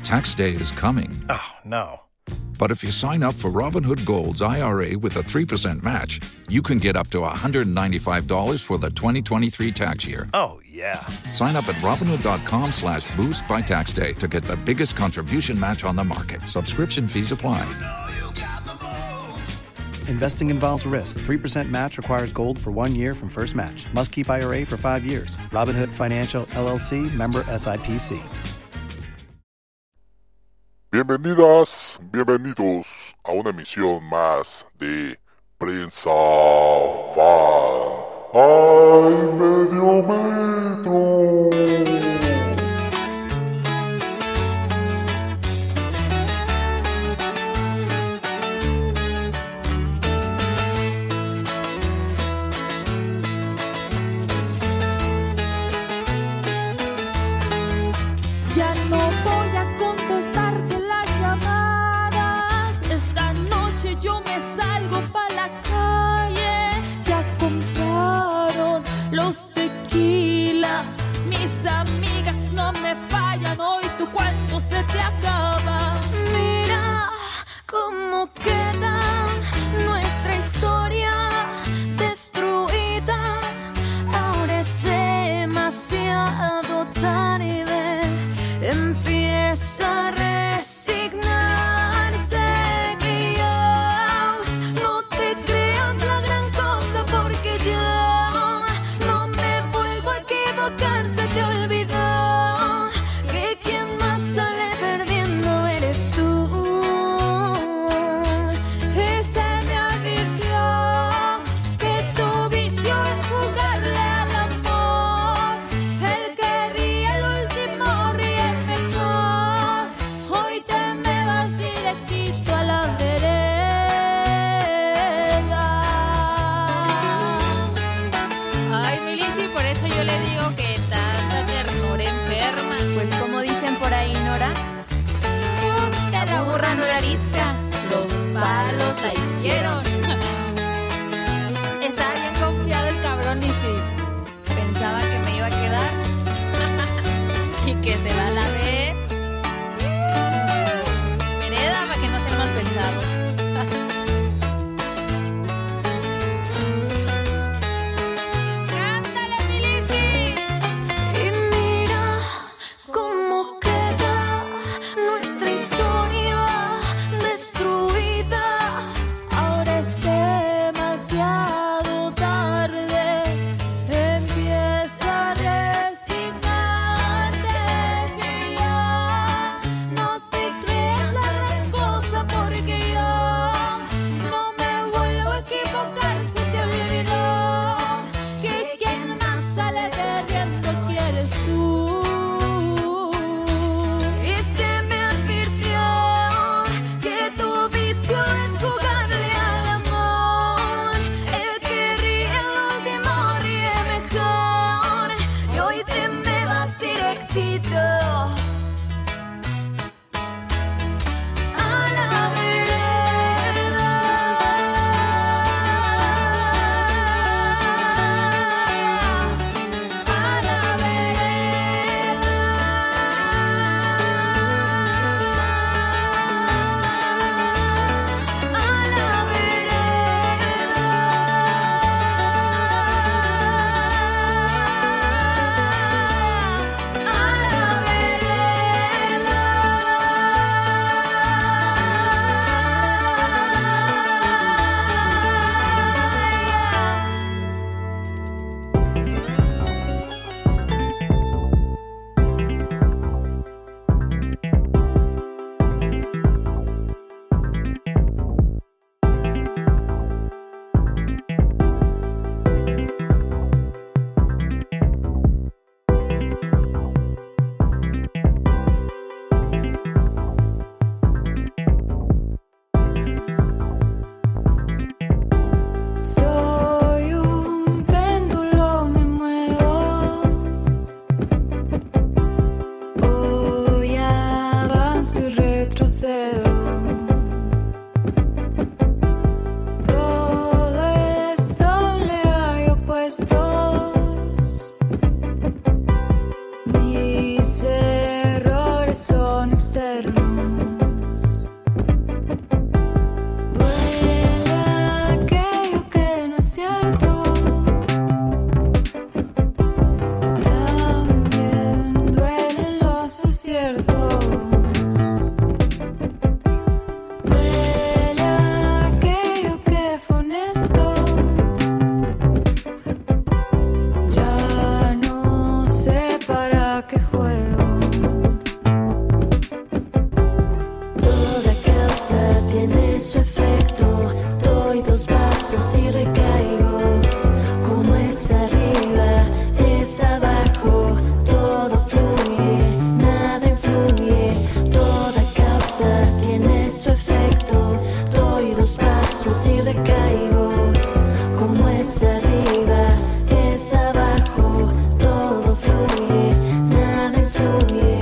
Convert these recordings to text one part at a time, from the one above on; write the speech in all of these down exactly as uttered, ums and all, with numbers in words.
Tax day is coming. Oh, no. But if you sign up for Robinhood Gold's I R A with a three percent match, you can get up to one hundred ninety-five dollars for the twenty twenty-three tax year. Oh, yeah. Sign up at Robinhood.com slash boost by tax day to get the biggest contribution match on the market. Subscription fees apply. Investing involves risk. three percent match requires gold for one year from first match. Must keep I R A for five years. Robinhood Financial, L L C, member S I P C. Bienvenidas, bienvenidos a una emisión más de Prensa Fan. ¡Ay, medio metro! Ya no voy a contestarte las llamadas. Esta noche yo me salgo pa' la calle. Ya compraron los tequilas. Mis amigas no me fallan. Hoy tu cuento se te acaba. Mira cómo queda nuestra historia destruida. Ahora es demasiado tarde. Empieza a resignarte, mío. No te creas la gran cosa porque yo no me vuelvo a equivocar. Se te olvidó que quien más sale perdiendo eres tú. Y se me advirtió que tu vicio es jugarle al amor. El que ríe el último ríe mejor. Hoy te me vas directito a la vereda. Ay, mi Lizzy, por eso yo le digo que tanta ternura enferma. Pues como dicen por ahí, Nora, Busca la burra no la arisca, los palos la hicieron. Estaba bien confiado el cabrón, Lizzy. pensaba que me iba a quedar. Y que se va a la B. Vereda, para que no sean mal pensados. ¡Cántale, mi Lizzy! Y mira cómo queda nuestra historia destruida. Ahora es desiertos. Vuela aquello que fue honesto. Ya no sé para qué juego. Toda causa tiene su efecto. Doy dos pasos y recaigo. Como es arriba, es abajo. Todo fluye, nada influye. Toda causa tiene su efecto. Doy dos pasos y recaigo. Como es arriba, es abajo. Todo fluye, nada influye.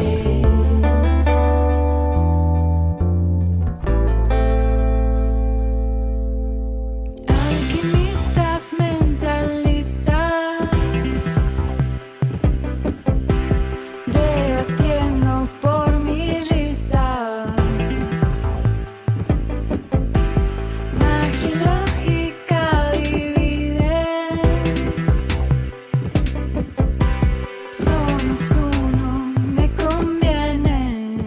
Alquimistas mentalistas, debatiendo por mi risa. Magia y lógica dividen. Somos uno, me conviene.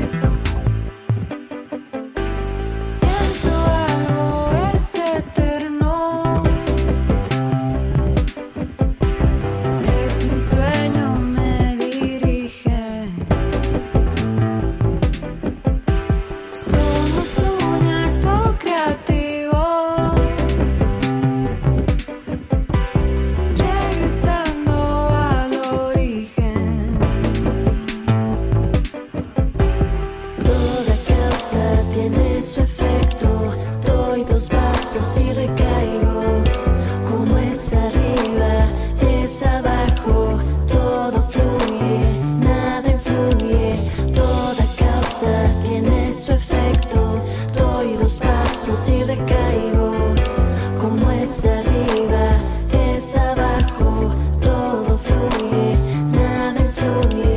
Siento algo, es eterno. Es mi sueño, me dirige. Somos un acto creativo. Regresando al origen. Toda causa tiene su efecto. Doy dos pasos y recaigo. Como es arriba, es abajo. Todo fluye, nada influye. Toda causa tiene su efecto. Doy dos pasos y recaigo. Como es arriba, es abajo. Todo fluye, nada influye.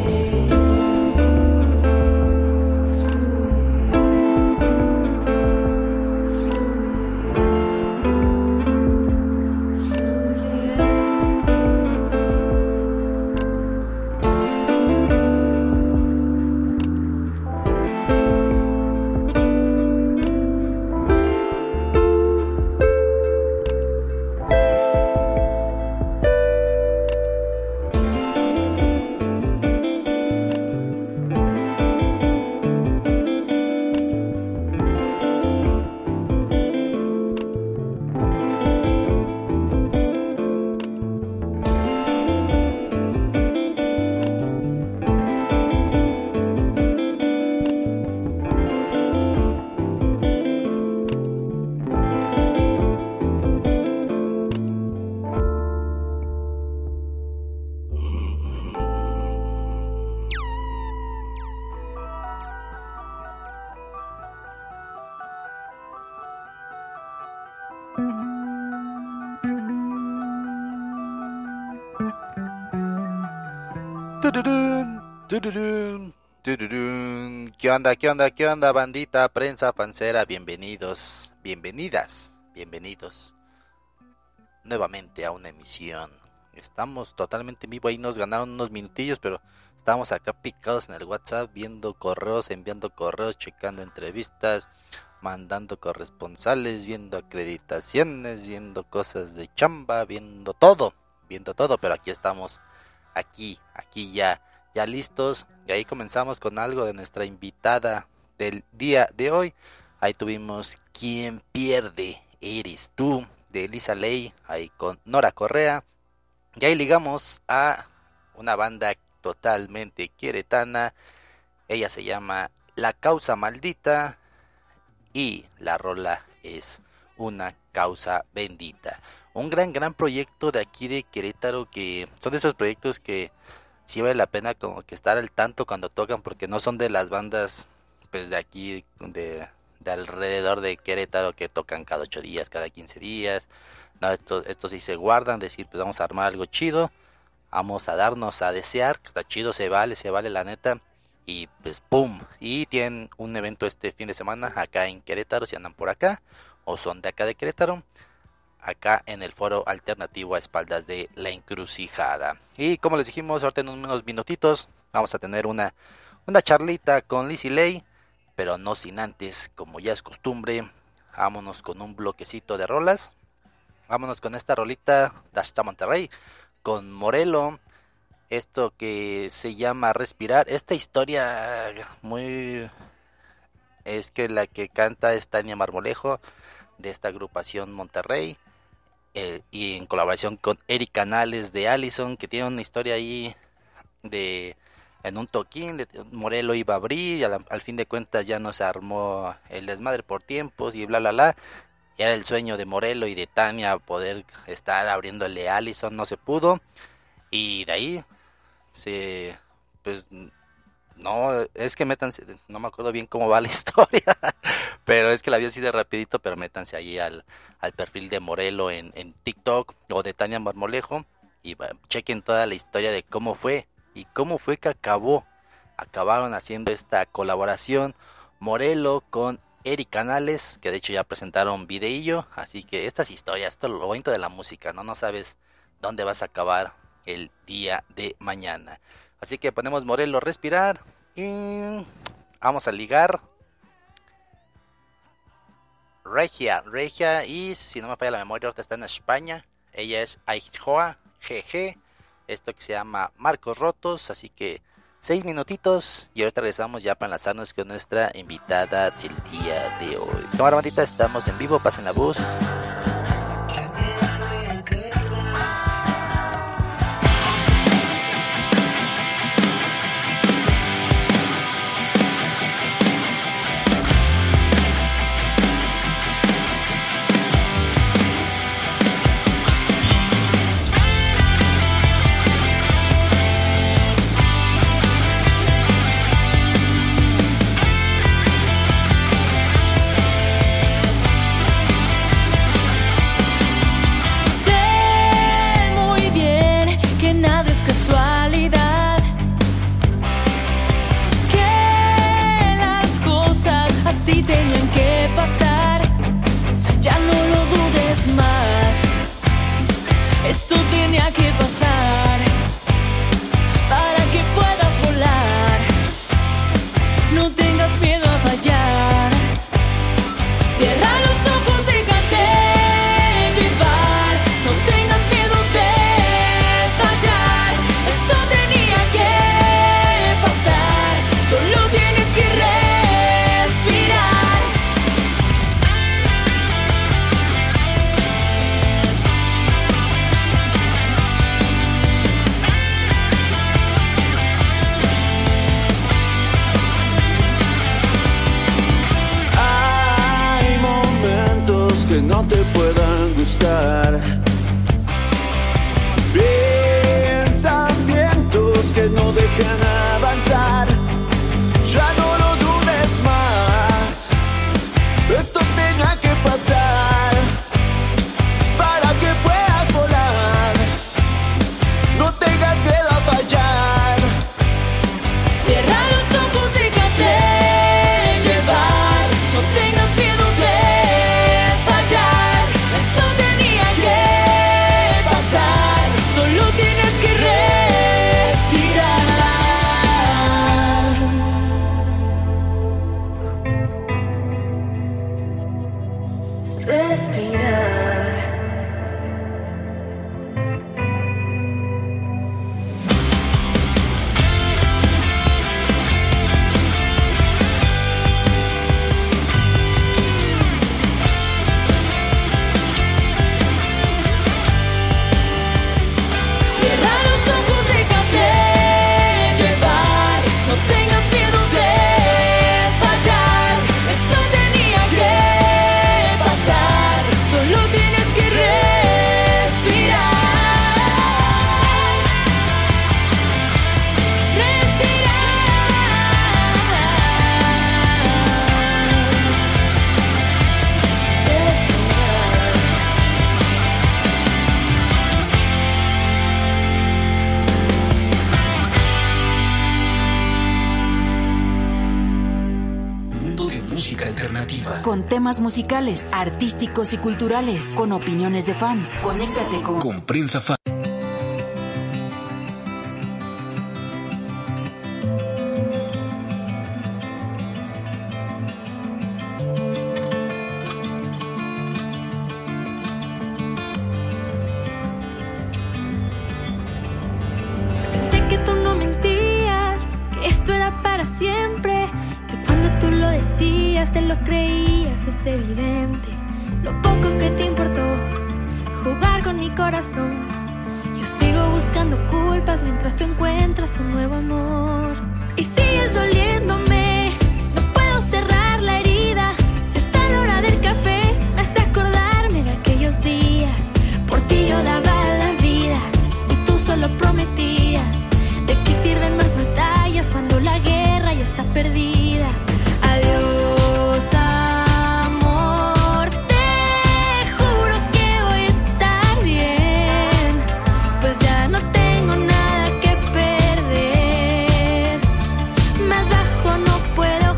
Tururún, tururún, tururún. ¿Qué onda, qué onda, qué onda, bandita, prensa, pancera? Bienvenidos, bienvenidas, bienvenidos nuevamente a una emisión. Estamos totalmente en vivo, ahí nos ganaron unos minutillos, pero estamos acá picados en el WhatsApp, viendo correos, enviando correos, checando entrevistas, mandando corresponsales, viendo acreditaciones, viendo cosas de chamba, viendo todo, viendo todo, pero aquí estamos. Aquí, aquí ya, ya listos. Y ahí comenzamos con algo de nuestra invitada del día de hoy. Ahí tuvimos ¿Quién pierde? Eres tú, de Elisa Ley, ahí con Nora Correa. Y ahí ligamos a una banda totalmente queretana. Ella se llama La Causa Maldita y la rola es Una Causa Bendita. Un gran, gran proyecto de aquí de Querétaro, que son de esos proyectos que sí vale la pena como que estar al tanto cuando tocan, porque no son de las bandas pues de aquí, de, de alrededor de Querétaro, que tocan cada ocho días, cada quince días. No, estos, estos sí se guardan, decir pues vamos a armar algo chido, vamos a darnos a desear, que está chido, se vale, se vale la neta. Y pues pum, y tienen un evento este fin de semana acá en Querétaro, si andan por acá o son de acá de Querétaro, acá en el foro alternativo a espaldas de La Encrucijada. Y como les dijimos, ahorita en unos minutitos vamos a tener una, una charlita con Lizzy Ley, pero no sin antes, como ya es costumbre, vámonos con un bloquecito de rolas. Vámonos con esta rolita de hasta Monterrey, con Morelo, esto que se llama Respirar. Esta historia muy... es que la que canta es Tania Marmolejo, de esta agrupación Monterrey, eh, y en colaboración con Eric Canales de Allison, que tiene una historia ahí de... en un toquín, de, Morelo iba a abrir y al, al fin de cuentas ya no se armó el desmadre por tiempos y bla bla bla. Era el sueño de Morelo y de Tania poder estar abriéndole a Allison, no se pudo. Y de ahí se... pues no, es que métanse, no me acuerdo bien cómo va la historia, pero es que la vi así de rapidito, pero métanse ahí al, al perfil de Morelo en, en TikTok o de Tania Marmolejo y va, chequen toda la historia de cómo fue y cómo fue que acabó. Acabaron haciendo esta colaboración Morelo con Eric Canales, que de hecho ya presentaron videillo, así que estas historias, esto es lo bonito de la música, ¿no? No sabes dónde vas a acabar el día de mañana. Así que ponemos Morelo Respirar y vamos a ligar Regia, Regia, y si no me falla la memoria, ahorita está en España. Ella es Aijoa G G, esto que se llama Marcos Rotos, así que seis minutitos y ahorita regresamos ya para enlazarnos con nuestra invitada del día de hoy. Cámara bandita, estamos en vivo, pasen la voz. No te puedan gustar pensamientos que no dejan avanzar. Ya no lo dudes más, esto tenía que pasar para que puedas volar. No tengas miedo a fallar. Cierra los ojos, déjate llevar. No tengas miedo de con temas musicales, artísticos y culturales, con opiniones de fans. Conéctate con, con Prensa Fan. mentías, te lo creías, es evidente. Lo poco que te importó jugar con mi corazón. Yo sigo buscando culpas mientras tú encuentras un nuevo amor. Y sigues doliéndome, no puedo cerrar la herida. Si está la hora del café, me hace acordarme de aquellos días. Por ti yo daba la vida y tú solo prometías. ¿De qué sirven más batallas cuando la guerra ya está perdida? Adiós, amor, te juro que voy a estar bien, pues ya no tengo nada que perder. Más bajo no puedo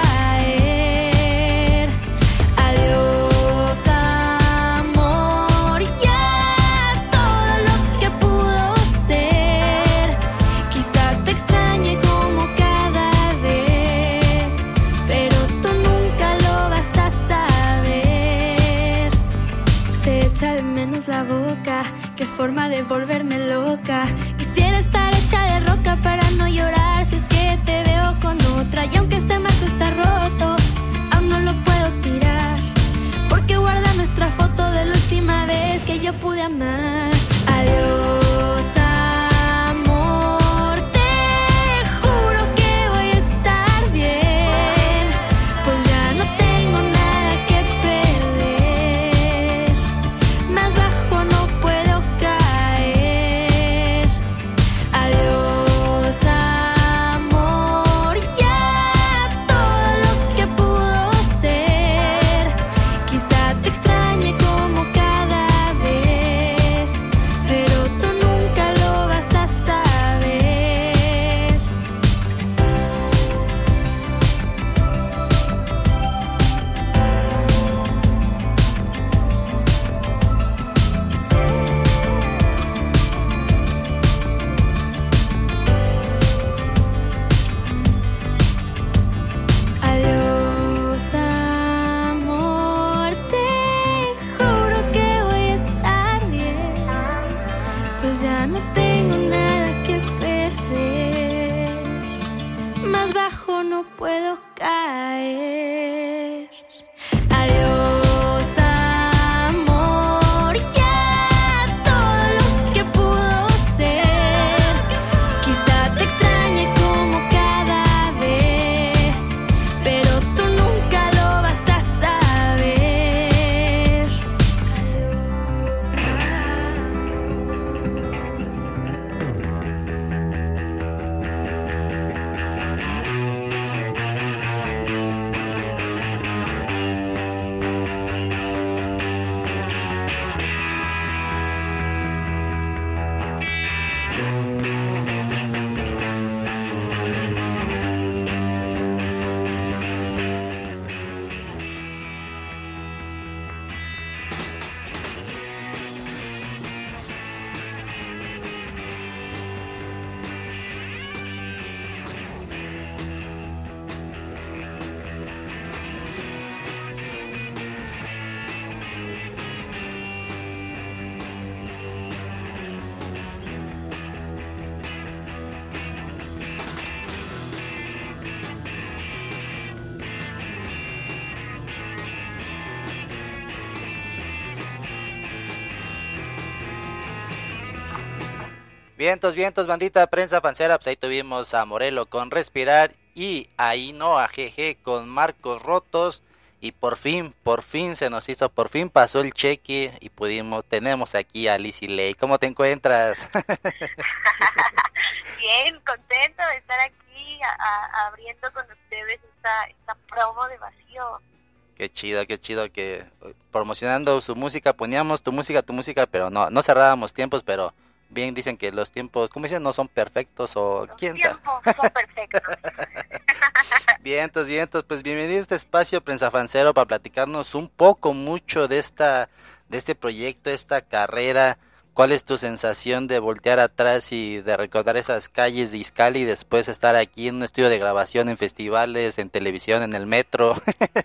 caer. Adiós, amor, ya todo lo que pudo ser. Quizá te extrañe como cada vez, pero tú nunca lo vas a saber. Te echa de menos la boca, qué forma de volverme loca. Quisiera estar hecha de roca para no llorar si es que te veo con otra. Y aunque este marco está roto, aún no lo puedo tirar, porque guarda nuestra foto de la última vez que yo pude amar. Adiós, amor, te juro que voy a estar bien, pues ya no tengo nada que perder. Más bajo no puedo caer. Adiós, amor, ya todo lo que pudo ser. Quizá te extrañe como cada vez, pero tú nunca lo vas a saber. Adiós, amor, te juro que voy a estar bien, pues ya no tengo nada que perder. Más bajo no puedo caer. Adiós, amor, ya todo lo que pudo ser. Quizá te extrañe como cada vez, pero tú nunca lo vas a saber. Adiós, Vientos, vientos, bandita, prensa fancera, pues ahí tuvimos a Morelo con Respirar y ahí no a G G con Marcos Rotos. Y por fin, por fin se nos hizo, por fin pasó el cheque y pudimos, tenemos aquí a Lizzy Ley. ¿Cómo te encuentras? Bien, contento de estar aquí a, a, abriendo con ustedes esta, esta promo de Vacío. Qué chido, qué chido que promocionando su música, poníamos tu música, tu música, pero no, no cerrábamos tiempos, pero bien dicen que los tiempos, ¿cómo dicen? No son perfectos o Los quién sabe. tiempos son perfectos. Vientos, vientos, pues bienvenido a este espacio Prensa Fancero para platicarnos un poco, mucho de esta, de este proyecto, esta carrera. ¿Cuál es tu sensación de voltear atrás y de recordar esas calles de Izcali y después estar aquí en un estudio de grabación, en festivales, en televisión, en el metro?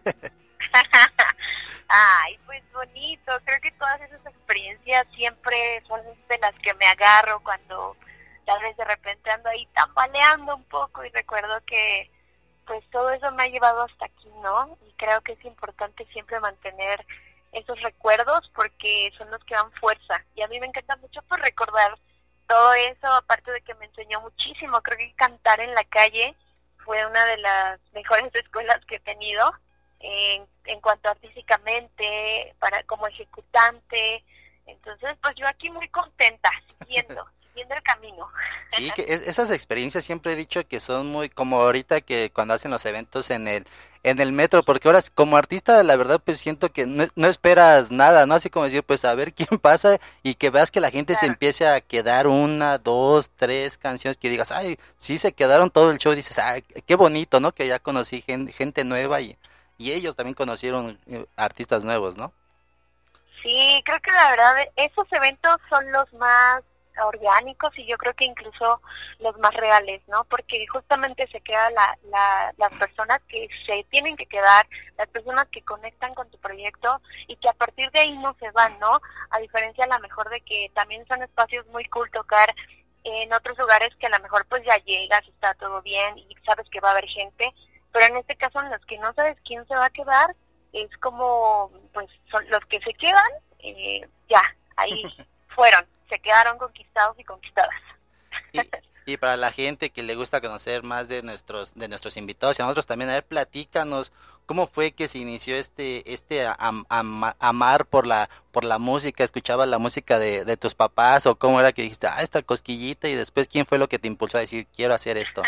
Ay, pues bonito. Creo que todas esas experiencias siempre son de las que me agarro cuando tal vez de repente ando ahí tambaleando un poco y recuerdo que pues todo eso me ha llevado hasta aquí, ¿no? Y creo que es importante siempre mantener esos recuerdos porque son los que dan fuerza. Y a mí me encanta mucho pues recordar todo eso, aparte de que me enseñó muchísimo. Creo que cantar en la calle fue una de las mejores escuelas que he tenido en, en cuanto artísticamente, para como ejecutante. Entonces, pues yo aquí muy contenta, siguiendo, siguiendo el camino. Sí, que es- esas experiencias siempre he dicho que son muy como ahorita que cuando hacen los eventos en el en el metro, porque ahora como artista la verdad pues siento que no, no esperas nada, ¿no? Así como decir, pues a ver quién pasa y que veas que la gente se Claro. empiece a quedar una, dos, tres canciones que digas, ay, sí se quedaron todo el show, dices, ay, qué bonito, ¿no? Que ya conocí gen- gente nueva y, y ellos también conocieron eh, artistas nuevos, ¿no? Sí, creo que la verdad esos eventos son los más orgánicos y yo creo que incluso los más reales, ¿no? Porque justamente se queda la, la, las personas que se tienen que quedar, las personas que conectan con tu proyecto y que a partir de ahí no se van, ¿no? A diferencia a lo mejor de que también son espacios muy cool tocar en otros lugares que a lo mejor pues ya llegas, está todo bien y sabes que va a haber gente, pero en este caso en los que no sabes quién se va a quedar, es como, pues, son los que se quedan, eh, ya, ahí fueron, se quedaron conquistados y conquistadas. Y, y para la gente que le gusta conocer más de nuestros de nuestros invitados y a nosotros también, a ver, platícanos cómo fue que se inició este este am- am- amar por la por la música, escuchabas la música de, de tus papás o cómo era que dijiste, ah, esta cosquillita y después quién fue lo que te impulsó a decir, quiero hacer esto.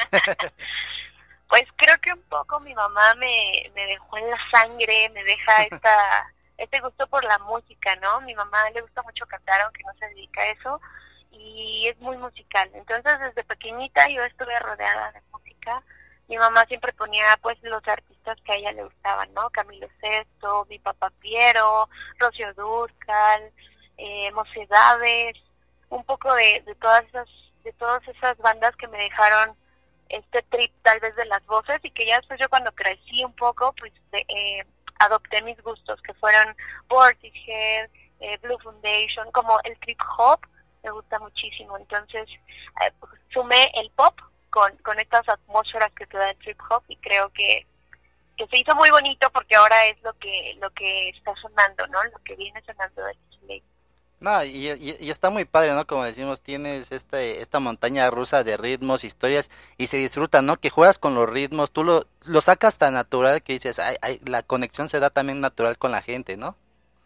Pues creo que un poco mi mamá me, me dejó en la sangre, me deja esta este gusto por la música, ¿no? Mi mamá le gusta mucho cantar, aunque no se dedica a eso, y es muy musical. Entonces, desde pequeñita yo estuve rodeada de música. Mi mamá siempre ponía, pues, los artistas que a ella le gustaban, ¿no? Camilo Sesto, mi papá Piero, Rocío Dúrcal, eh, Mocedades, un poco de, de todas esas de todas esas bandas que me dejaron este trip tal vez de las voces y que ya después yo cuando crecí un poco pues de, eh, adopté mis gustos que fueron Portishead, eh, Blue Foundation, como el trip hop me gusta muchísimo, entonces eh, pues, sumé el pop con, con estas atmósferas que te da el trip hop y creo que que se hizo muy bonito porque ahora es lo que lo que está sonando, ¿no? Lo que viene sonando de Slade. No, y, y, y está muy padre, ¿no? Como decimos, tienes este, esta montaña rusa de ritmos, historias, y se disfruta, ¿no? Que juegas con los ritmos, tú lo, lo sacas tan natural que dices, ay, ay, la conexión se da también natural con la gente, ¿no?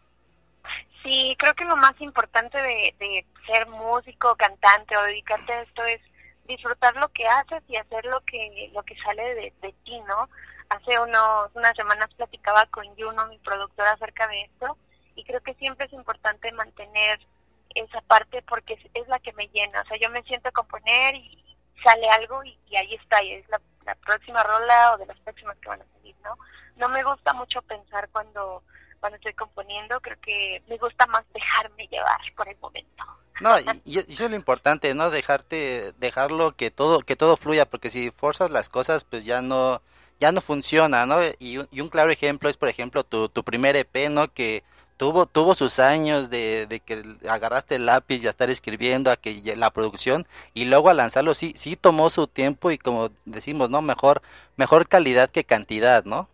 Sí, creo que lo más importante de, de ser músico, cantante o dedicarte a esto es disfrutar lo que haces y hacer lo que lo que sale de, de ti, ¿no? Hace unos unas semanas platicaba con Juno, mi productora, acerca de esto y creo que siempre es importante mantener esa parte porque es, es la que me llena. O sea, yo me siento a componer y sale algo y, y ahí está, y es la, la próxima rola o de las próximas que van a salir, ¿no? No me gusta mucho pensar cuando cuando estoy componiendo, creo que me gusta más dejarme llevar por el momento. No, y, y eso es lo importante, ¿no? Dejarte, dejarlo que todo, que todo fluya, porque si forzas las cosas, pues ya no, ya no funciona, ¿no? Y un, y un claro ejemplo es, por ejemplo, tu, tu primer E P, ¿no? Que tuvo, tuvo sus años de, de que agarraste el lápiz y a estar escribiendo, a que ya- la producción, y luego a lanzarlo, sí, sí tomó su tiempo y como decimos, ¿no? Mejor, mejor calidad que cantidad, ¿no?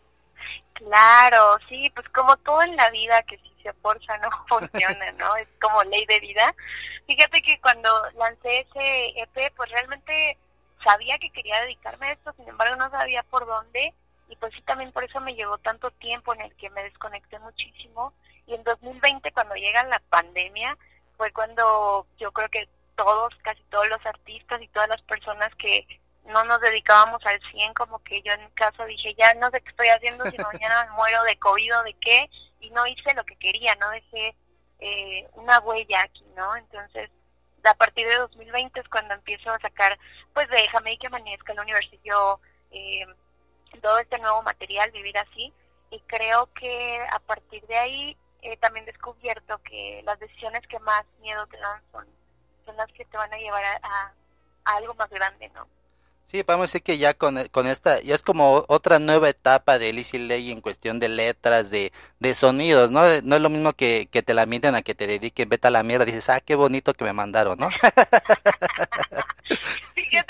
Claro, sí, pues como todo en la vida que si se forza no funciona, ¿no? Es como ley de vida. Fíjate que cuando lancé ese E P, pues realmente sabía que quería dedicarme a esto, sin embargo no sabía por dónde y pues sí también por eso me llevó tanto tiempo en el que me desconecté muchísimo y en dos mil veinte cuando llega la pandemia fue cuando yo creo que todos, casi todos los artistas y todas las personas que no nos dedicábamos al cien, como que yo en mi caso dije, ya no sé qué estoy haciendo, si mañana me muero de COVID o de qué, y no hice lo que quería, no dejé eh, una huella aquí, ¿no? Entonces, a partir de dos mil veinte es cuando empiezo a sacar, pues, de Jamaica Manesca, el Universitario, eh, todo este nuevo material, Vivir Así, y creo que a partir de ahí he también descubierto que las decisiones que más miedo te dan son, son las que te van a llevar a, a, a algo más grande, ¿no? Sí, podemos decir que ya con, con esta, ya es como otra nueva etapa de Lizzy Ley en cuestión de letras, de, de sonidos, ¿no? No es lo mismo que, que te la mienten a que te dediquen, vete a la mierda, dices, ah, qué bonito que me mandaron, ¿no? Fíjate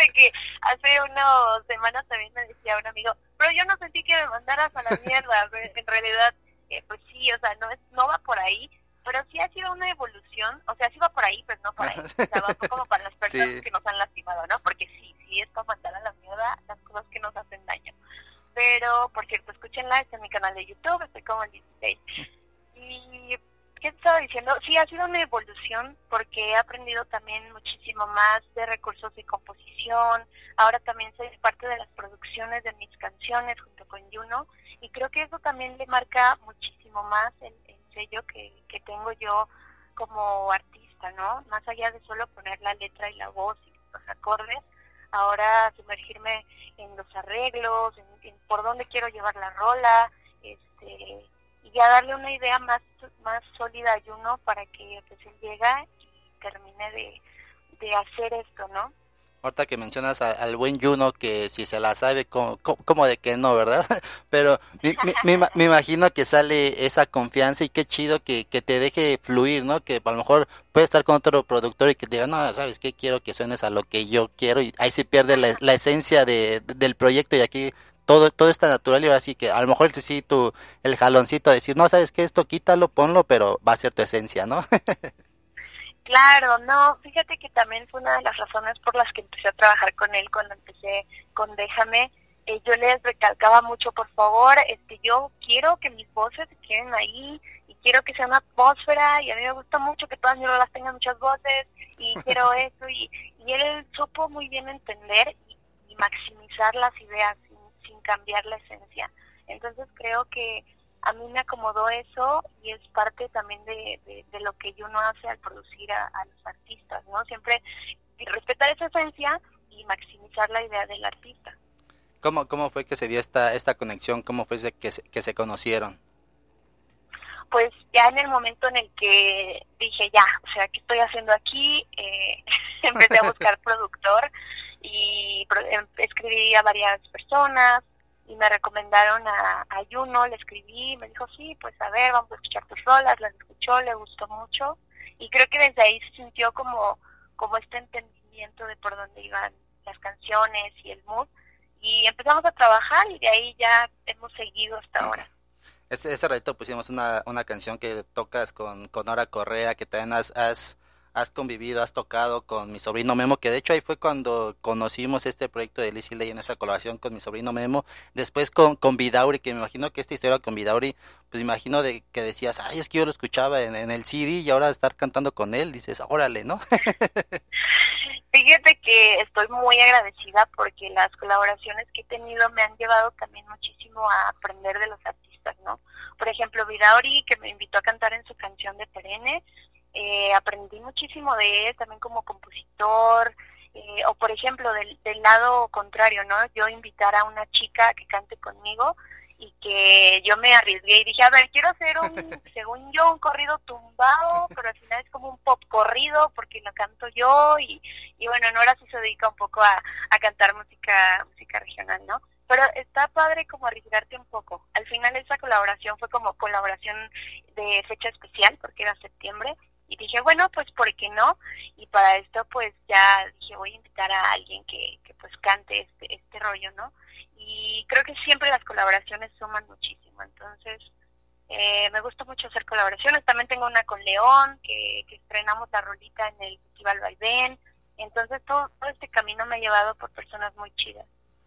Fíjate que hace unas semanas también me decía un amigo, pero yo no sentí que me mandaras a la mierda. En realidad, eh, pues sí, o sea, no es no va por ahí, pero sí ha sido una evolución, o sea, sí va por ahí, pues no por ahí. O sea, va como para las personas Sí. que nos han lastimado, ¿no? Porque sí, sí es para mandar a la mierda las cosas que nos hacen daño. Pero, por cierto, escúchenla, está en mi canal de YouTube, estoy como el dieciséis. Y, ¿qué te estaba diciendo? Sí, ha sido una evolución porque he aprendido también muchísimo más de recursos de composición. Ahora también soy parte de las producciones de mis canciones junto con Juno. Y creo que eso también le marca muchísimo más el, el sello que, que tengo yo como artista, ¿no? Más allá de solo poner la letra y la voz y los acordes, ahora sumergirme en los arreglos, en, en por dónde quiero llevar la rola, este, y ya darle una idea más más sólida a Juno para que pues él llegue y termine de, de hacer esto, ¿no? Ahorita que mencionas a- al buen Juno, que si se la sabe, como, como, como de que no, ¿verdad? Pero me, me- me ima- me imagino que sale esa confianza y qué chido que, que te deje fluir, ¿no? Que a lo mejor puede estar con otro productor y que te diga, no, ¿sabes qué? Quiero que suenes a lo que yo quiero y ahí se pierde la, la esencia de, de- del proyecto y aquí todo todo está natural y ahora sí que a lo mejor sí tu, el jaloncito de decir, no, ¿sabes qué? Esto quítalo, ponlo, pero va a ser tu esencia, ¿no? Claro, no, fíjate que también fue una de las razones por las que empecé a trabajar con él cuando empecé con Déjame. Eh, yo les recalcaba mucho, por favor, este, yo quiero que mis voces se queden ahí y quiero que sea una atmósfera y a mí me gusta mucho que todas mis rolas tengan muchas voces y quiero eso y, y él supo muy bien entender y, y maximizar las ideas sin, sin cambiar la esencia. Entonces creo que a mí me acomodó eso y es parte también de, de, de lo que Juno hace al producir a, a los artistas, ¿no? Siempre respetar esa esencia y maximizar la idea del artista. ¿Cómo, cómo fue que se dio esta, esta conexión? ¿Cómo fue que se, que se conocieron? Pues ya en el momento en el que dije, ya, o sea, ¿qué estoy haciendo aquí? Eh, empecé a buscar productor y pro- em- escribí a varias personas y me recomendaron a, a Juno, le escribí, me dijo, sí, pues a ver, vamos a escuchar tus rolas, las escuchó, le gustó mucho y creo que desde ahí se sintió como, como este entendimiento de por dónde iban las canciones y el mood y empezamos a trabajar y de ahí ya hemos seguido hasta ahora. Ese, ese ratito pusimos una, una canción que tocas con, con Nora Correa, que también has, has, has convivido, has tocado con mi sobrino Memo, que de hecho ahí fue cuando conocimos este proyecto de Lizzy Ley en esa colaboración con mi sobrino Memo, después con, con Vidauri, que me imagino que esta historia con Vidauri, pues imagino de que decías, ay, es que yo lo escuchaba en, en el C D y ahora estar cantando con él, dices, órale, ¿no? Fíjate que estoy muy agradecida porque las colaboraciones que he tenido me han llevado también muchísimo a aprender de los artistas, ¿no? Por ejemplo, Vidauri, que me invitó a cantar en su canción de Perenne, eh, aprendí muchísimo de él también como compositor, eh, o por ejemplo, del, del lado contrario, ¿no? Yo invitar a una chica que cante conmigo y que yo me arriesgué y dije, a ver, quiero hacer un, según yo, un corrido tumbado, pero al final es como un pop corrido porque lo canto yo y, y bueno, Nora sí se dedica un poco a, a cantar música música regional, ¿no? Pero está padre como arriesgarte un poco. Al final esa colaboración fue como colaboración de fecha especial porque era septiembre y dije, bueno, pues ¿por qué no? Y para esto pues ya dije, voy a invitar a alguien que, que pues cante este, este rollo, ¿no? Y creo que siempre las colaboraciones suman muchísimo, entonces eh, me gusta mucho hacer colaboraciones. También tengo una con León, que, que estrenamos la rolita en el Festival Vaivén, entonces todo, todo este camino me ha llevado por personas muy chidas.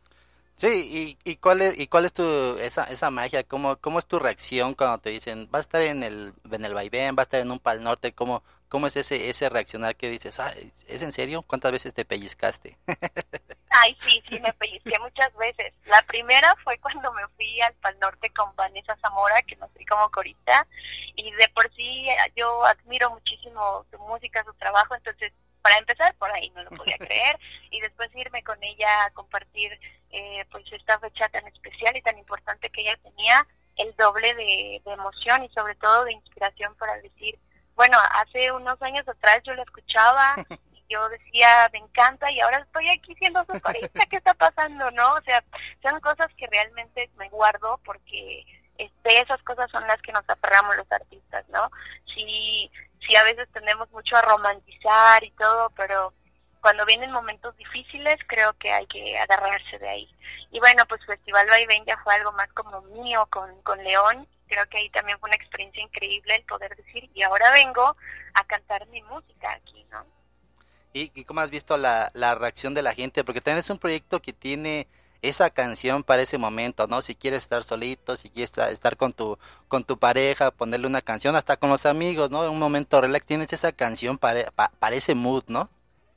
Sí, y, y cuál es y cuál es tu esa esa magia, cómo cómo es tu reacción cuando te dicen, va a estar en el en el Vaivén, va a estar en un Pal Norte, cómo cómo es ese ese reaccionar que dices, ah, ¿es en serio? ¿Cuántas veces te pellizcaste? Ay, sí, sí, me pellizqué muchas veces. La primera fue cuando me fui al Pal Norte con Vanessa Zamora, que me fui como corista, y de por sí yo admiro muchísimo su música, su trabajo, entonces para empezar por ahí no lo podía creer, y después irme con ella a compartir eh, pues esta fecha tan especial y tan importante que ella tenía, el doble de, de emoción y sobre todo de inspiración para decir, bueno, hace unos años atrás yo la escuchaba y yo decía, me encanta y ahora estoy aquí siendo su corista, ¿qué está pasando, no? O sea, son cosas que realmente me guardo porque este, esas cosas son las que nos aferramos los artistas, ¿no? Sí, sí a veces tendemos mucho a romantizar y todo, pero cuando vienen momentos difíciles, creo que hay que agarrarse de ahí. Y bueno, pues Festival Vaivén ya fue algo más como mío con, con León. Creo que ahí también fue una experiencia increíble el poder decir, y ahora vengo a cantar mi música aquí, ¿no? ¿Y, y cómo has visto la, la reacción de la gente? Porque también es un proyecto que tiene esa canción para ese momento, ¿no? Si quieres estar solito, si quieres estar con tu con tu pareja, ponerle una canción, hasta con los amigos, ¿no? En un momento relax, tienes esa canción para, para, para ese mood, ¿no?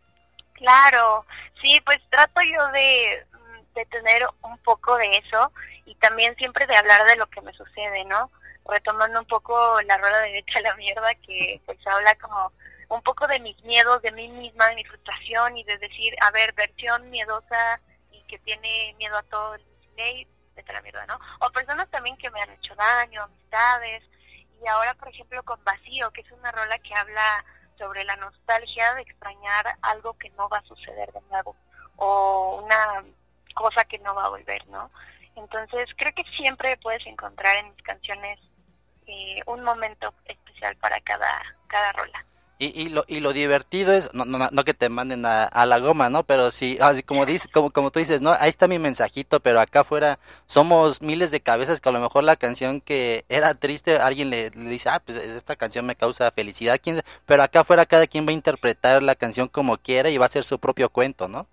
Claro, sí, pues trato yo de, de tener un poco de eso y también siempre de hablar de lo que me sucede, ¿no? Retomando un poco la rueda de Vete a la Mierda, que pues habla como un poco de mis miedos, de mí misma, de mi frustración y de decir, a ver, versión miedosa y que tiene miedo a todo el ley, Vete a la Mierda, ¿no? O personas también que me han hecho daño, amistades, y ahora por ejemplo con Vacío, que es una rola que habla sobre la nostalgia de extrañar algo que no va a suceder de nuevo, o una cosa que no va a volver, ¿no? Entonces creo que siempre puedes encontrar en mis canciones eh, un momento especial para cada, cada rola. Y, y lo y lo divertido es, no, no, no que te manden a, a la goma, ¿no? Pero sí, así como dice, como, como tú dices, ¿no? Ahí está mi mensajito, pero acá afuera somos miles de cabezas que a lo mejor la canción que era triste, alguien le, le dice, ah, pues esta canción me causa felicidad, ¿quién sabe? Pero acá afuera cada quien va a interpretar la canción como quiera y va a hacer su propio cuento, ¿no?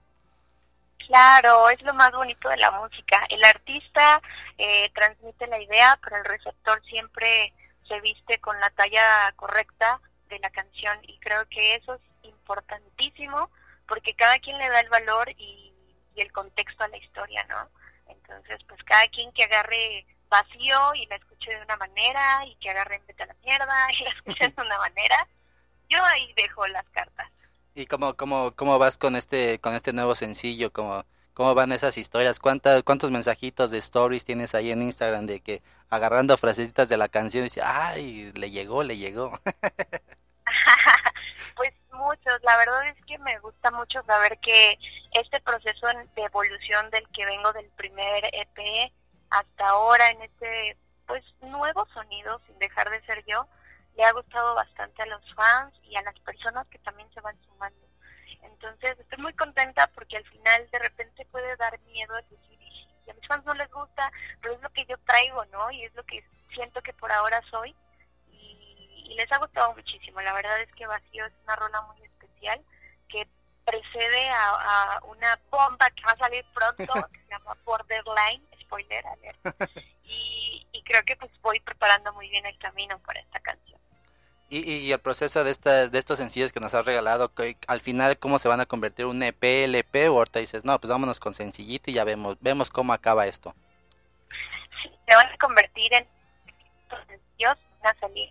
Claro, es lo más bonito de la música. El artista eh, transmite la idea, pero el receptor siempre se viste con la talla correcta de la canción, y creo que eso es importantísimo porque cada quien le da el valor y, y el contexto a la historia, ¿no? Entonces, pues cada quien que agarre Vacío y la escuche de una manera, y que agarre Vete a la Mierda y la escuche de una manera, yo ahí dejo las cartas. ¿Y cómo cómo cómo vas con este con este nuevo sencillo? ¿Cómo cómo van esas historias? ¿Cuántas cuántos mensajitos de stories tienes ahí en Instagram de que agarrando frasecitas de la canción y dice, "Ay, le llegó, le llegó"? Pues muchos, la verdad es que me gusta mucho saber que este proceso de evolución del que vengo del primer E P hasta ahora en este pues nuevo sonido, sin dejar de ser yo, le ha gustado bastante a los fans y a las personas que también se van sumando. Entonces estoy muy contenta porque al final de repente puede dar miedo el decir, y a mis fans no les gusta, pero es lo que yo traigo, ¿no? Y es lo que siento que por ahora soy. Y les ha gustado muchísimo. La verdad es que Vacío es una rola muy especial que precede a, a una bomba que va a salir pronto, que se llama Borderline, spoiler alert, y, y creo que pues voy preparando muy bien el camino para esta canción. Y, y el proceso de esta, de estos sencillos que nos has regalado, que al final cómo se van a convertir un E P, L P, o ahorita dices, no, pues vámonos con sencillito y ya vemos, vemos cómo acaba esto. Sí, se van a convertir en estos sencillos, van a salir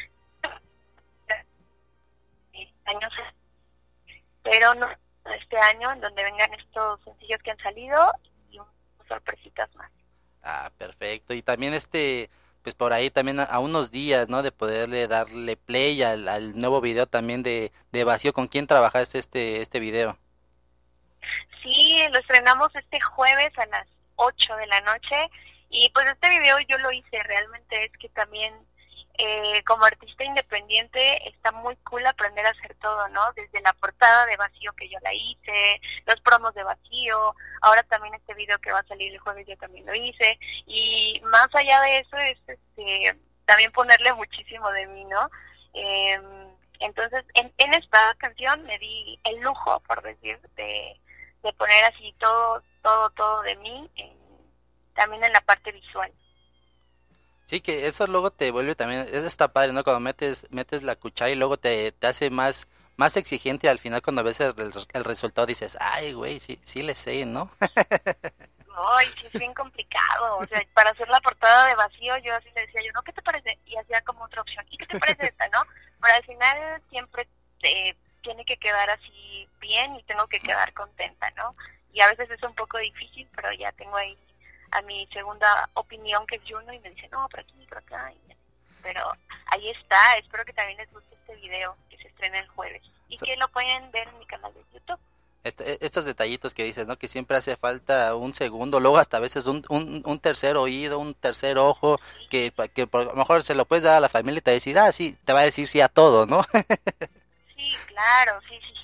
años, pero no este año, en donde vengan estos sencillos que han salido y un, sorpresitas más. Ah, perfecto. Y también este, pues por ahí también a, a unos días, ¿no? De poderle darle play al, al nuevo video también de, de Vacío. ¿Con quién trabajaste este este video? Sí, lo estrenamos este jueves a las ocho de la noche, y pues este video yo lo hice, realmente es que también Eh, como artista independiente está muy cool aprender a hacer todo, ¿no? Desde la portada de Vacío que yo la hice, los promos de Vacío, ahora también este video que va a salir el jueves yo también lo hice, y más allá de eso es este también ponerle muchísimo de mí, ¿no? Eh, entonces en, en esta canción me di el lujo, por decir, de, de poner así todo, todo, todo de mí, en, también en la parte visual. Sí, que eso luego te vuelve también, eso está padre, ¿no? Cuando metes metes la cuchara y luego te, te hace más más exigente, al final cuando ves el, el resultado dices, ay, güey, sí sí le sé, ¿no? Ay, sí, es bien complicado. O sea, para hacer la portada de Vacío, yo así le decía yo, no, ¿qué te parece? Y hacía como otra opción, ¿y qué te parece esta, no? Pero al final siempre te tiene que quedar así bien y tengo que quedar contenta, ¿no? Y a veces es un poco difícil, pero ya tengo ahí a mi segunda opinión, que es Juno, y me dice, no, por aquí, por acá. Y pero ahí está, espero que también les guste este video que se estrena el jueves y que lo pueden ver en mi canal de YouTube. Est- estos detallitos que dices, ¿no? Que siempre hace falta un segundo, luego hasta a veces un, un, un tercer oído, un tercer ojo, que, que por lo mejor se lo puedes dar a la familia y te va a decir, ah, sí, te va a decir sí a todo, ¿no? Sí, claro, sí, sí,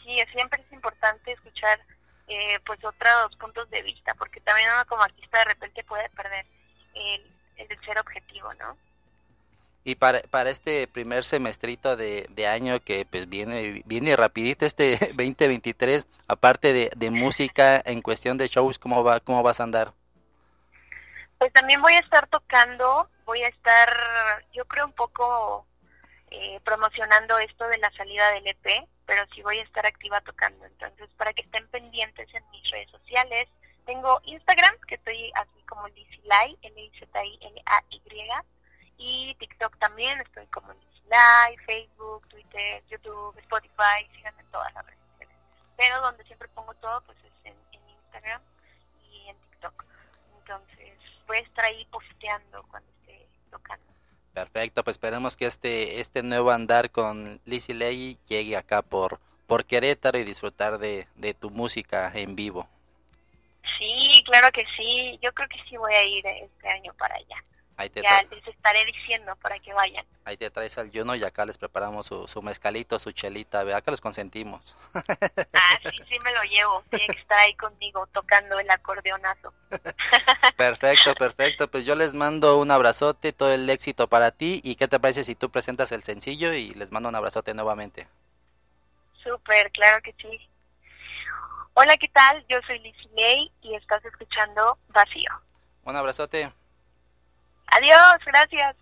sí, siempre es importante escuchar eh, pues otros puntos de vista, porque también uno como artista de repente puede perder el, el de ser objetivo, ¿no? Y para, para este primer semestrito de, de año que pues viene viene rapidito este veinte veintitrés, aparte de, de música, en cuestión de shows, ¿cómo va cómo vas a andar? Pues también voy a estar tocando, voy a estar, yo creo un poco eh, promocionando esto de la salida del E P, pero sí voy a estar activa tocando, entonces para que estén pendientes en mis redes sociales. Tengo Instagram, que estoy así como Lizilay, L I Z I L A Y, y TikTok también, estoy como Lizilay, Facebook, Twitter, YouTube, Spotify, síganme en todas las redes sociales. Pero donde siempre pongo todo, pues es en, en Instagram y en TikTok. Entonces voy a estar ahí posteando cuando esté tocando. Perfecto, pues esperemos que este este nuevo andar con Lizilay llegue acá por por Querétaro y disfrutar de, de tu música en vivo. Sí, claro que sí, yo creo que sí voy a ir este año para allá. Ahí te Ya tra- les estaré diciendo para que vayan. Ahí te traes al Juno y acá les preparamos su, su mezcalito, su chelita, ve, acá los consentimos. Ah, sí, sí me lo llevo, tiene que estar ahí conmigo tocando el acordeonazo. Perfecto, perfecto, pues yo les mando un abrazote, todo el éxito para ti, y ¿qué te parece si tú presentas el sencillo y les mando un abrazote nuevamente? Súper, claro que sí. Hola, ¿qué tal? Yo soy Lizilay y estás escuchando Vacío. Un abrazote. Adiós, gracias.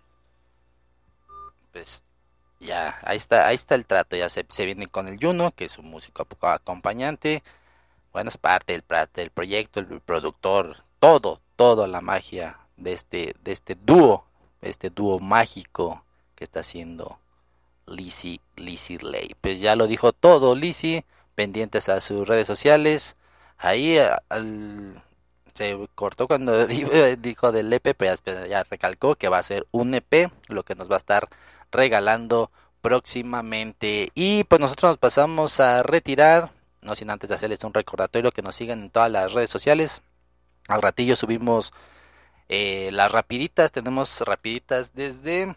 Pues ya, ahí está, ahí está el trato, ya se, se viene con el Juno, que es un músico acompañante, bueno, es parte del, del proyecto, el productor, todo, todo la magia de este, de este dúo, este dúo mágico que está haciendo Lizzy, Lizilay. Pues ya lo dijo todo Lizzy, pendientes a sus redes sociales, ahí al... se cortó cuando dijo del E P, pero ya, ya recalcó que va a ser un E P, lo que nos va a estar regalando próximamente. Y pues nosotros nos pasamos a retirar, no sin antes de hacerles un recordatorio que nos sigan en todas las redes sociales. Al ratillo subimos eh, las rapiditas, tenemos rapiditas desde...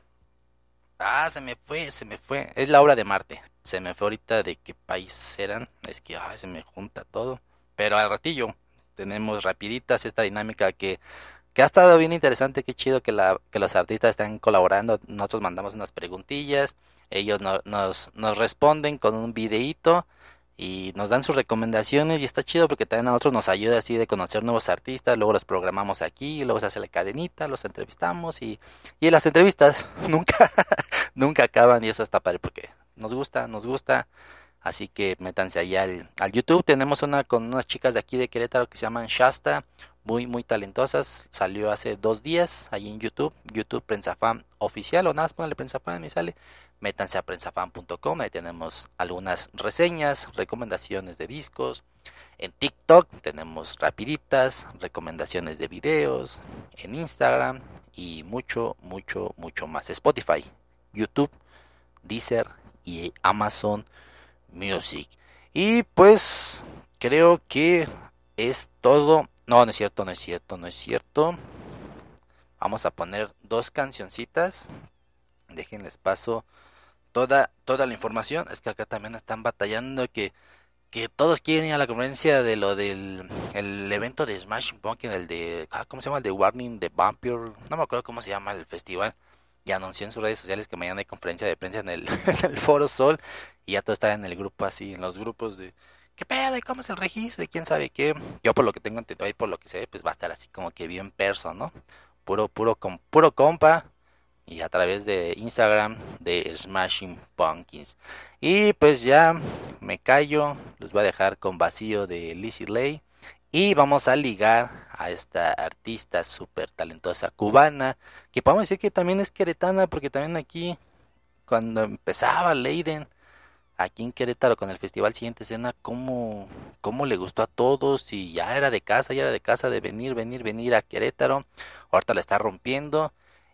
Ah, se me fue, se me fue, es la obra de Marte, se me fue ahorita de qué país eran, es que ay, se me junta todo, pero al ratillo tenemos rapiditas esta dinámica que, que ha estado bien interesante, qué chido que, la, que los artistas están colaborando, nosotros mandamos unas preguntillas, ellos no, nos, nos responden con un videíto y nos dan sus recomendaciones y está chido porque también a nosotros nos ayuda así de conocer nuevos artistas, luego los programamos aquí, luego se hace la cadenita, los entrevistamos y, y las entrevistas nunca, nunca acaban y eso está padre porque nos gusta, nos gusta. Así que métanse allá al, al YouTube. Tenemos una con unas chicas de aquí de Querétaro que se llaman Shasta, muy muy talentosas. Salió hace dos días ahí en YouTube, YouTube Prensafan Oficial, o nada más ponle Prensafan y sale. Métanse a prensafan punto com, ahí tenemos algunas reseñas, recomendaciones de discos. En TikTok tenemos rapiditas, recomendaciones de videos. En Instagram y mucho, mucho, mucho más. Spotify, YouTube, Deezer y Amazon Music. Y pues creo que es todo. No, no es cierto, no es cierto, no es cierto. Vamos a poner dos cancioncitas. Déjenles paso toda toda la información. Es que acá también están batallando que que todos quieren ir a la conferencia de lo del el evento de Smashing Pumpkins, el de ¿cómo se llama? El de Warning the Vampire. No me acuerdo cómo se llama el festival. Y anunció en sus redes sociales que mañana hay conferencia de prensa en el, en el Foro Sol. Y ya todo está en el grupo así, en los grupos de ¿qué pedo? ¿Y cómo es el registro? ¿Y quién sabe qué? Yo por lo que tengo entendido ahí, por lo que sé, pues va a estar así como que bien perso, ¿no? Puro, puro, com, puro compa. Y a través de Instagram de Smashing Pumpkins. Y pues ya me callo. Los voy a dejar con Vacío de Lizilay. Y vamos a ligar a esta artista súper talentosa cubana, que podemos decir que también es queretana, porque también aquí, cuando empezaba Leiden, aquí en Querétaro con el Festival Siguiente Escena, cómo, cómo le gustó a todos, y ya era de casa, ya era de casa de venir, venir, venir a Querétaro, ahorita la está rompiendo,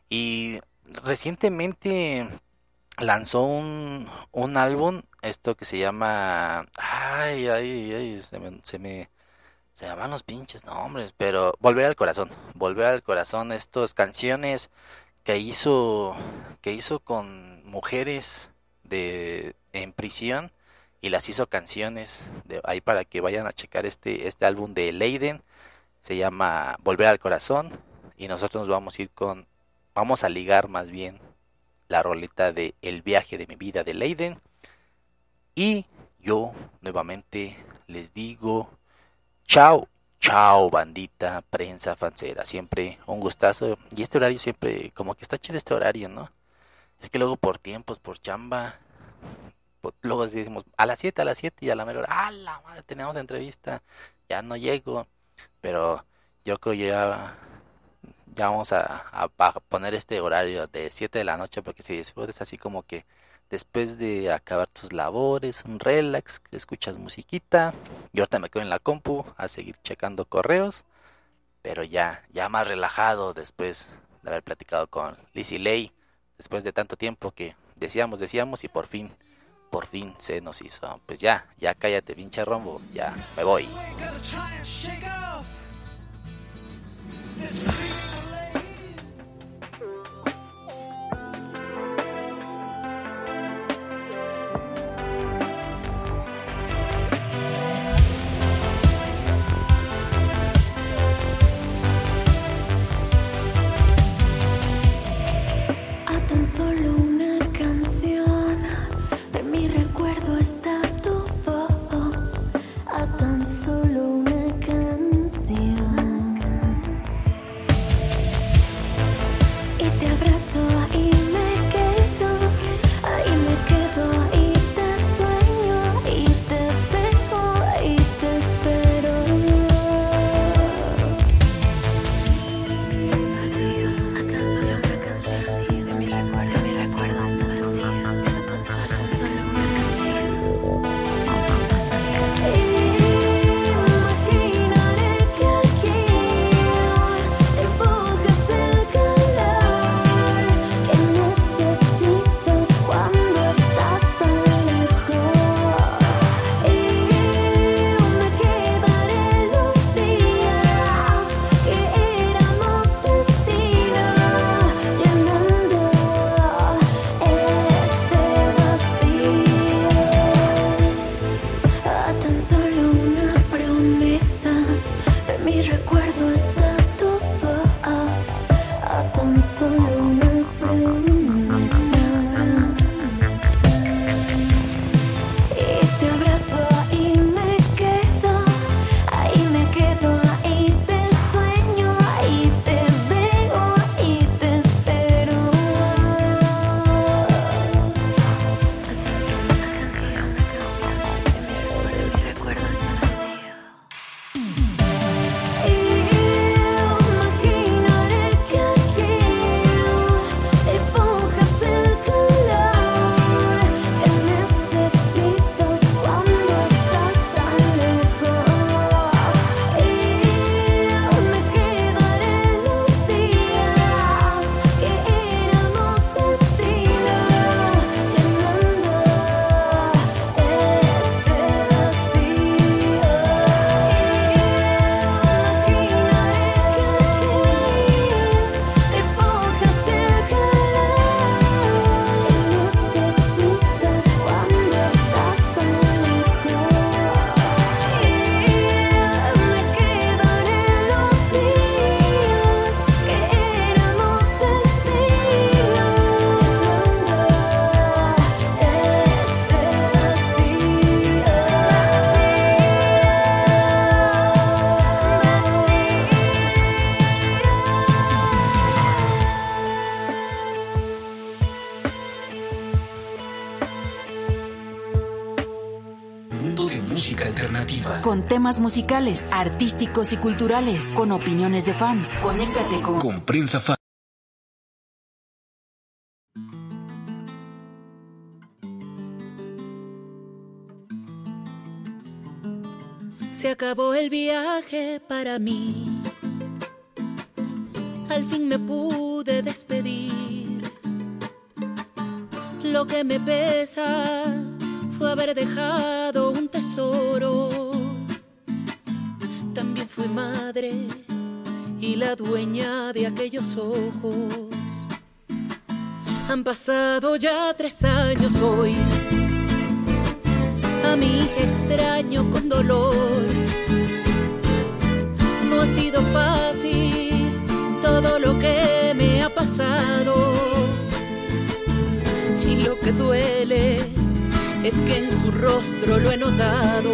y recientemente lanzó un, un álbum, esto que se llama, ay, ay, ay, se me... Se me Se llaman los pinches nombres, pero Volver al Corazón, Volver al Corazón, estas canciones que hizo que hizo con mujeres de en prisión y las hizo canciones. De, ahí para que vayan a checar este, este álbum de Leiden. Se llama Volver al Corazón. Y nosotros nos vamos a ir con... Vamos a ligar más bien la roleta de El viaje de mi vida de Leiden. Y yo nuevamente les digo... Chao, chao bandita, prensa fancera. Siempre un gustazo. Y este horario siempre... Como que está chido este horario, ¿no? Es que luego por tiempos, por chamba... Luego decimos a las siete, a las siete y a la mera hora, ¡ah, la madre! Tenemos entrevista, ya no llego. Pero yo creo que ya, ya vamos a, a, a poner este horario de siete de la noche porque si disfrutes así como que después de acabar tus labores, un relax, que escuchas musiquita. Yo ahorita me quedo en la compu a seguir checando correos, pero ya, ya más relajado después de haber platicado con Lizzy Lay, después de tanto tiempo que decíamos, decíamos y por fin. Por fin se nos hizo. Pues ya, ya cállate, pinche rombo. Ya, me voy. A tan solo una canción de mi recuerdo está tu voz. A tan solo una canción. Y te abrazo y me quedo, ahí me quedo y te sueño y te veo y te espero. A tan solo una canción de mi recuerdo, de mi recuerdo hasta vacío. Imaginaré que aquí empujas el calor que necesito cuando estás tan lejos. Y me quedaré los días que éramos destino, llenando este vacío. A tan solo una promesa de mi recuerdo está tu voz. A tan solo una promesa. Y te abrazo y me quedo, ahí me quedo, ahí te sueño, ahí te veo y te espero. Imaginaré que aquí empujas el calor que necesito cuando estás tan lejos. Y me quedaré los días que éramos destino, llenando este vacío. Empujas el calor que necesito cuando estás tan lejos. Y me quedaré los días que éramos destino, Mundo de música alternativa. Con temas musicales, artísticos y culturales, con opiniones de fans. Conéctate con, Con Prensa Fan. Se acabó el viaje para mí. Al fin me pude despedir. Lo que me pesa fue haber dejado un tesoro. También fui madre y la dueña de aquellos ojos. Han pasado ya tres años hoy A mi hija extraño con dolor. No ha sido fácil todo lo que me ha pasado. Y lo que duele es que en su rostro lo he notado.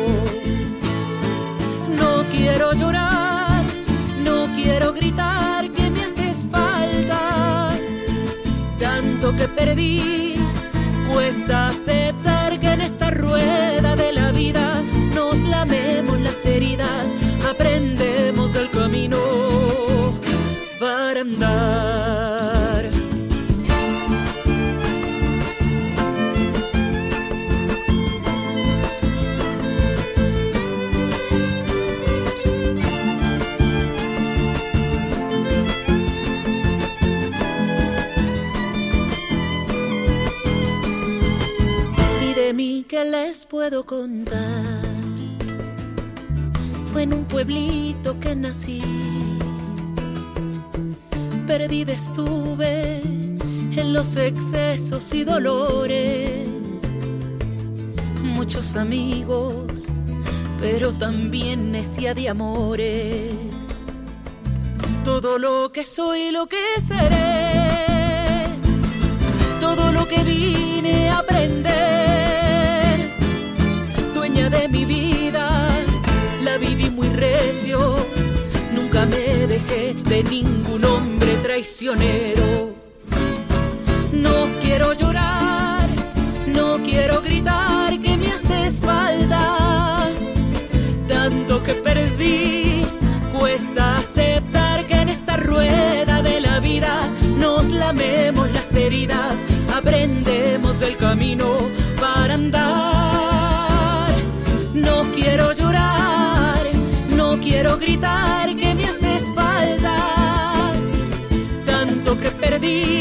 No quiero llorar, no quiero gritar que me haces falta. Tanto que perdí, cuesta aceptar que en esta rueda de la vida nos lamemos las heridas, aprendemos del camino para andar. De mí que les puedo contar, fue en un pueblito que nací, perdida estuve en los excesos y dolores, muchos amigos, pero también necia de amores, todo lo que soy, lo que seré, todo lo que vine a aprender, de mi vida, la viví muy recio, nunca me dejé de ningún hombre traicionero. No quiero llorar, no quiero gritar que me haces falta, tanto que perdí, cuesta aceptar que en esta rueda de la vida nos lamemos las heridas, aprendemos del camino para andar. No quiero llorar, no quiero gritar que me haces falta, tanto que perdí,